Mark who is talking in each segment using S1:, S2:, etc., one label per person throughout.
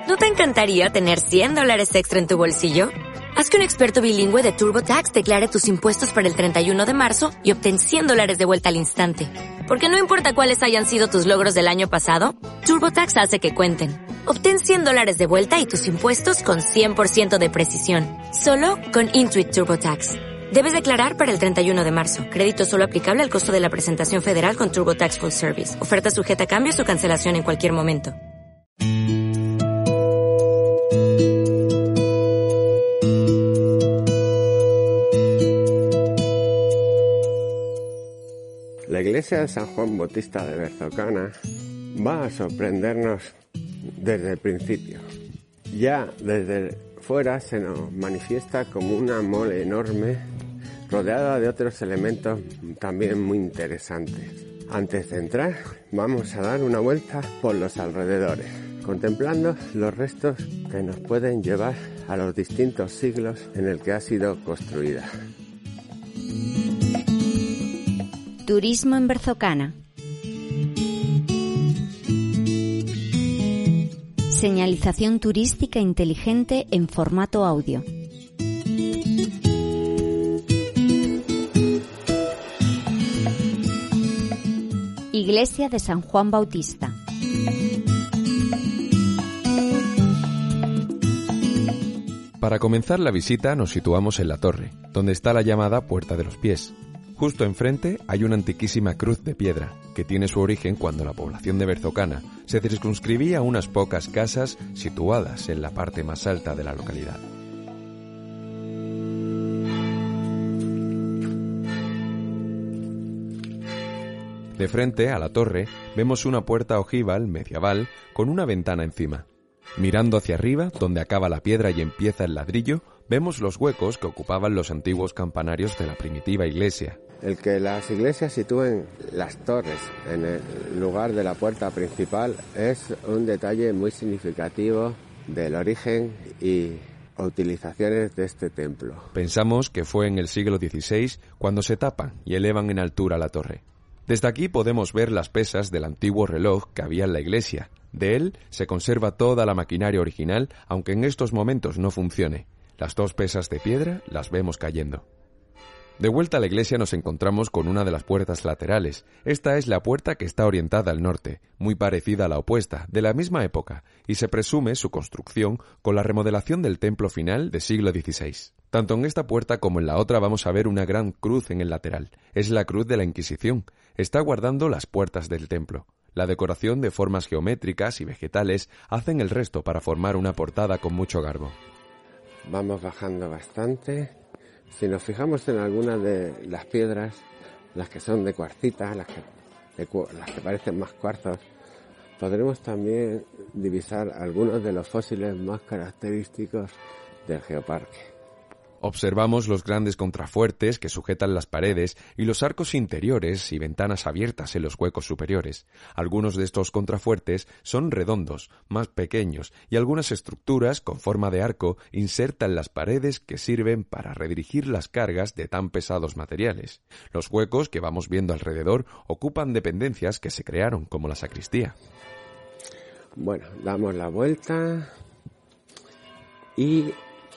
S1: ¿No te encantaría tener $100 extra en tu bolsillo? Haz que un experto bilingüe de TurboTax declare tus impuestos para el 31 de marzo y obtén $100 de vuelta al instante. Porque no importa cuáles hayan sido tus logros del año pasado, TurboTax hace que cuenten. Obtén $100 de vuelta y tus impuestos con 100% de precisión. Solo con Intuit TurboTax. Debes declarar para el 31 de marzo. Crédito solo aplicable al costo de la presentación federal con TurboTax Full Service. Oferta sujeta a cambios o cancelación en cualquier momento.
S2: La iglesia de San Juan Bautista de Berzocana va a sorprendernos desde el principio. Ya desde fuera se nos manifiesta como una mole enorme, rodeada de otros elementos también muy interesantes. Antes de entrar, vamos a dar una vuelta por los alrededores, contemplando los restos que nos pueden llevar a los distintos siglos en el que ha sido construida.
S3: Turismo en Berzocana. Señalización turística inteligente en formato audio. Iglesia de San Juan Bautista.
S4: Para comenzar la visita nos situamos en la torre, donde está la llamada Puerta de los Pies. Justo enfrente hay una antiquísima cruz de piedra, que tiene su origen cuando la población de Berzocana se circunscribía a unas pocas casas situadas en la parte más alta de la localidad. De frente a la torre vemos una puerta ojival medieval con una ventana encima. Mirando hacia arriba, donde acaba la piedra y empieza el ladrillo, vemos los huecos que ocupaban los antiguos campanarios de la primitiva iglesia.
S2: El que las iglesias sitúen las torres en el lugar de la puerta principal es un detalle muy significativo del origen y utilizaciones de este templo.
S4: Pensamos que fue en el siglo XVI cuando se tapan y elevan en altura la torre. Desde aquí podemos ver las pesas del antiguo reloj que había en la iglesia. De él se conserva toda la maquinaria original, aunque en estos momentos no funcione. Las dos pesas de piedra las vemos cayendo. De vuelta a la iglesia nos encontramos con una de las puertas laterales. Esta es la puerta que está orientada al norte, muy parecida a la opuesta, de la misma época, y se presume su construcción con la remodelación del templo final del siglo XVI. Tanto en esta puerta como en la otra vamos a ver una gran cruz en el lateral. Es la cruz de la Inquisición. Está guardando las puertas del templo. La decoración de formas geométricas y vegetales hacen el resto para formar una portada con mucho garbo.
S2: Vamos bajando bastante. Si nos fijamos en algunas de las piedras, las que son de cuarcita, las que parecen más cuarzos, podremos también divisar algunos de los fósiles más característicos del geoparque.
S4: Observamos los grandes contrafuertes que sujetan las paredes y los arcos interiores y ventanas abiertas en los huecos superiores. Algunos de estos contrafuertes son redondos, más pequeños, y algunas estructuras con forma de arco insertan las paredes que sirven para redirigir las cargas de tan pesados materiales. Los huecos que vamos viendo alrededor ocupan dependencias que se crearon, como la sacristía.
S2: Bueno, damos la vuelta y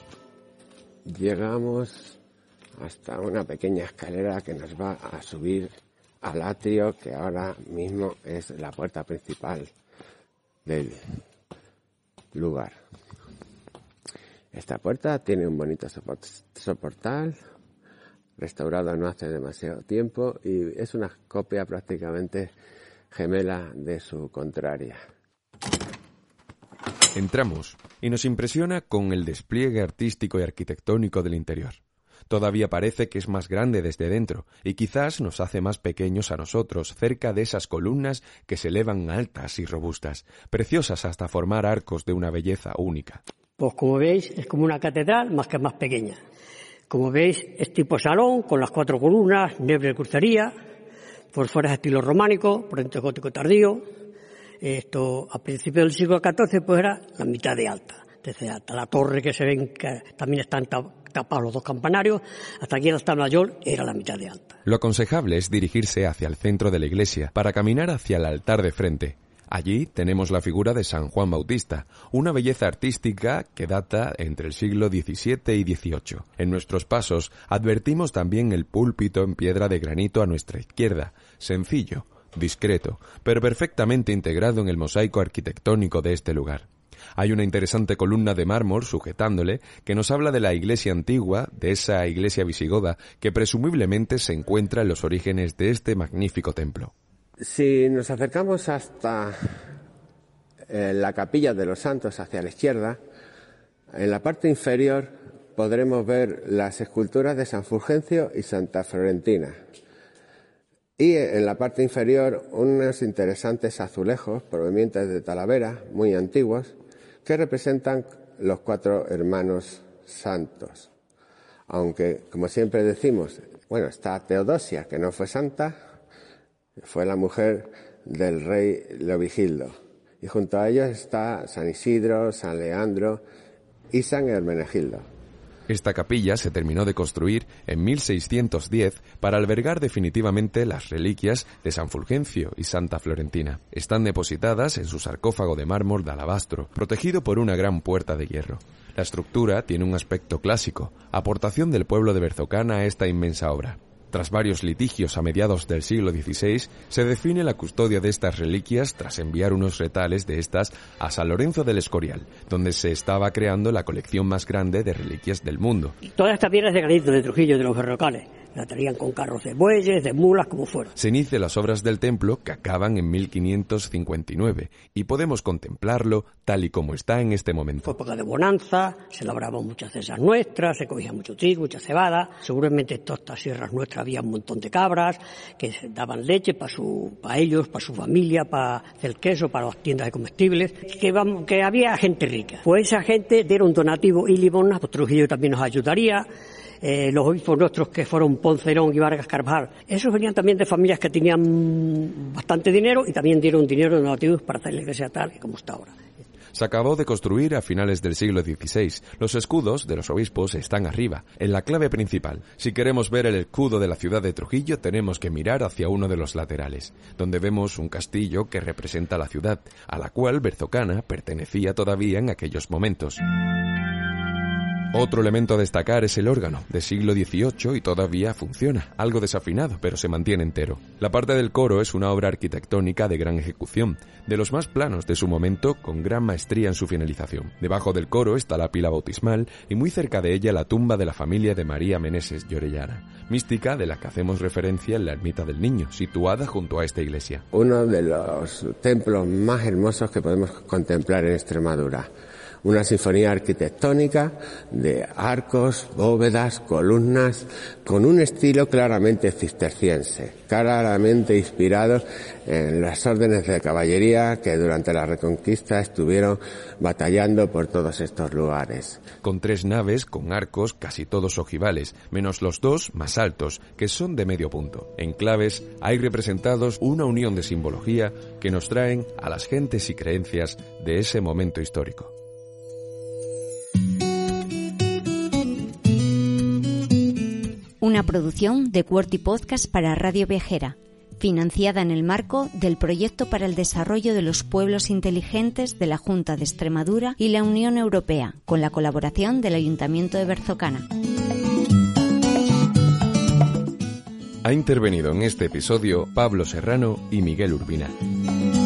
S2: llegamos hasta una pequeña escalera que nos va a subir al atrio, que ahora mismo es la puerta principal del lugar. Esta puerta tiene un bonito soportal, restaurado no hace demasiado tiempo, y es una copia prácticamente gemela de su contraria.
S4: Entramos y nos impresiona con el despliegue artístico y arquitectónico del interior. Todavía parece que es más grande desde dentro y quizás nos hace más pequeños a nosotros cerca de esas columnas que se elevan altas y robustas, preciosas hasta formar arcos de una belleza única.
S5: Pues como veis es como una catedral más que más pequeña. Como veis es tipo salón con las 4 columnas, nieve de crucería, por fuera es estilo románico, por dentro es gótico tardío. Esto a principios del siglo XIV pues era la mitad de alta, desde hasta la torre que se ven que también están tapados los dos campanarios, hasta aquí el altar mayor era la mitad de alta.
S4: Lo aconsejable es dirigirse hacia el centro de la iglesia para caminar hacia el altar de frente. Allí tenemos la figura de San Juan Bautista, una belleza artística que data entre el siglo XVII y XVIII. En nuestros pasos advertimos también el púlpito en piedra de granito a nuestra izquierda, sencillo, discreto, pero perfectamente integrado en el mosaico arquitectónico de este lugar. Hay una interesante columna de mármol sujetándole que nos habla de la iglesia antigua, de esa iglesia visigoda que presumiblemente se encuentra en los orígenes de este magnífico templo.
S2: Si nos acercamos hasta la capilla de los Santos hacia la izquierda, en la parte inferior podremos ver las esculturas de San Fulgencio y Santa Florentina. Y en la parte inferior unos interesantes azulejos provenientes de Talavera, muy antiguos, que representan los 4 hermanos santos. Aunque, como siempre decimos, está Teodosia, que no fue santa, fue la mujer del rey Leovigildo. Y junto a ellos está San Isidro, San Leandro y San Hermenegildo.
S4: Esta capilla se terminó de construir en 1610 para albergar definitivamente las reliquias de San Fulgencio y Santa Florentina. Están depositadas en su sarcófago de mármol de alabastro, protegido por una gran puerta de hierro. La estructura tiene un aspecto clásico, aportación del pueblo de Berzocana a esta inmensa obra. Tras varios litigios a mediados del siglo XVI, se define la custodia de estas reliquias tras enviar unos retales de estas a San Lorenzo del Escorial, donde se estaba creando la colección más grande de reliquias del mundo.
S5: Todas estas piedras de granito de Trujillo, de los Berrocales, la traían con carros de bueyes, de mulas, como fuera.
S4: Se inician las obras del templo que acaban en 1559 y podemos contemplarlo tal y como está en este momento.
S5: Fue época de bonanza, se labraban muchas cesas nuestras, se cogía mucho trigo, mucha cebada. Seguramente en todas estas sierras nuestras había un montón de cabras que daban leche para ellos, para su familia, para hacer queso, para las tiendas de comestibles, que había gente rica. Pues esa gente dieron un donativo y limosna, pues Trujillo también nos ayudaría. Los obispos nuestros que fueron Poncerón y Vargas Carvajal, esos venían también de familias que tenían bastante dinero y también dieron dinero de donativos para hacer la iglesia tal como está ahora.
S4: Se acabó de construir a finales del siglo XVI. Los escudos de los obispos están arriba, en la clave principal. Si queremos ver el escudo de la ciudad de Trujillo, tenemos que mirar hacia uno de los laterales, donde vemos un castillo que representa la ciudad, a la cual Berzocana pertenecía todavía en aquellos momentos. Otro elemento a destacar es el órgano, de siglo XVIII y todavía funciona, algo desafinado, pero se mantiene entero. La parte del coro es una obra arquitectónica de gran ejecución, de los más planos de su momento, con gran maestría en su finalización. Debajo del coro está la pila bautismal y muy cerca de ella la tumba de la familia de María Meneses de Orellana, mística de la que hacemos referencia en la Ermita del Niño, situada junto a esta iglesia.
S2: Uno de los templos más hermosos que podemos contemplar en Extremadura. Una sinfonía arquitectónica de arcos, bóvedas, columnas, con un estilo claramente cisterciense, claramente inspirado en las órdenes de caballería que durante la Reconquista estuvieron batallando por todos estos lugares.
S4: Con 3 naves con arcos casi todos ojivales, menos los 2 más altos, que son de medio punto. En claves hay representados una unión de simbología que nos traen a las gentes y creencias de ese momento histórico.
S3: Una producción de QWERTY Podcast para Radio Viajera, financiada en el marco del Proyecto para el Desarrollo de los Pueblos Inteligentes de la Junta de Extremadura y la Unión Europea, con la colaboración del Ayuntamiento de Berzocana.
S4: Ha intervenido en este episodio Pablo Serrano y Miguel Urbina.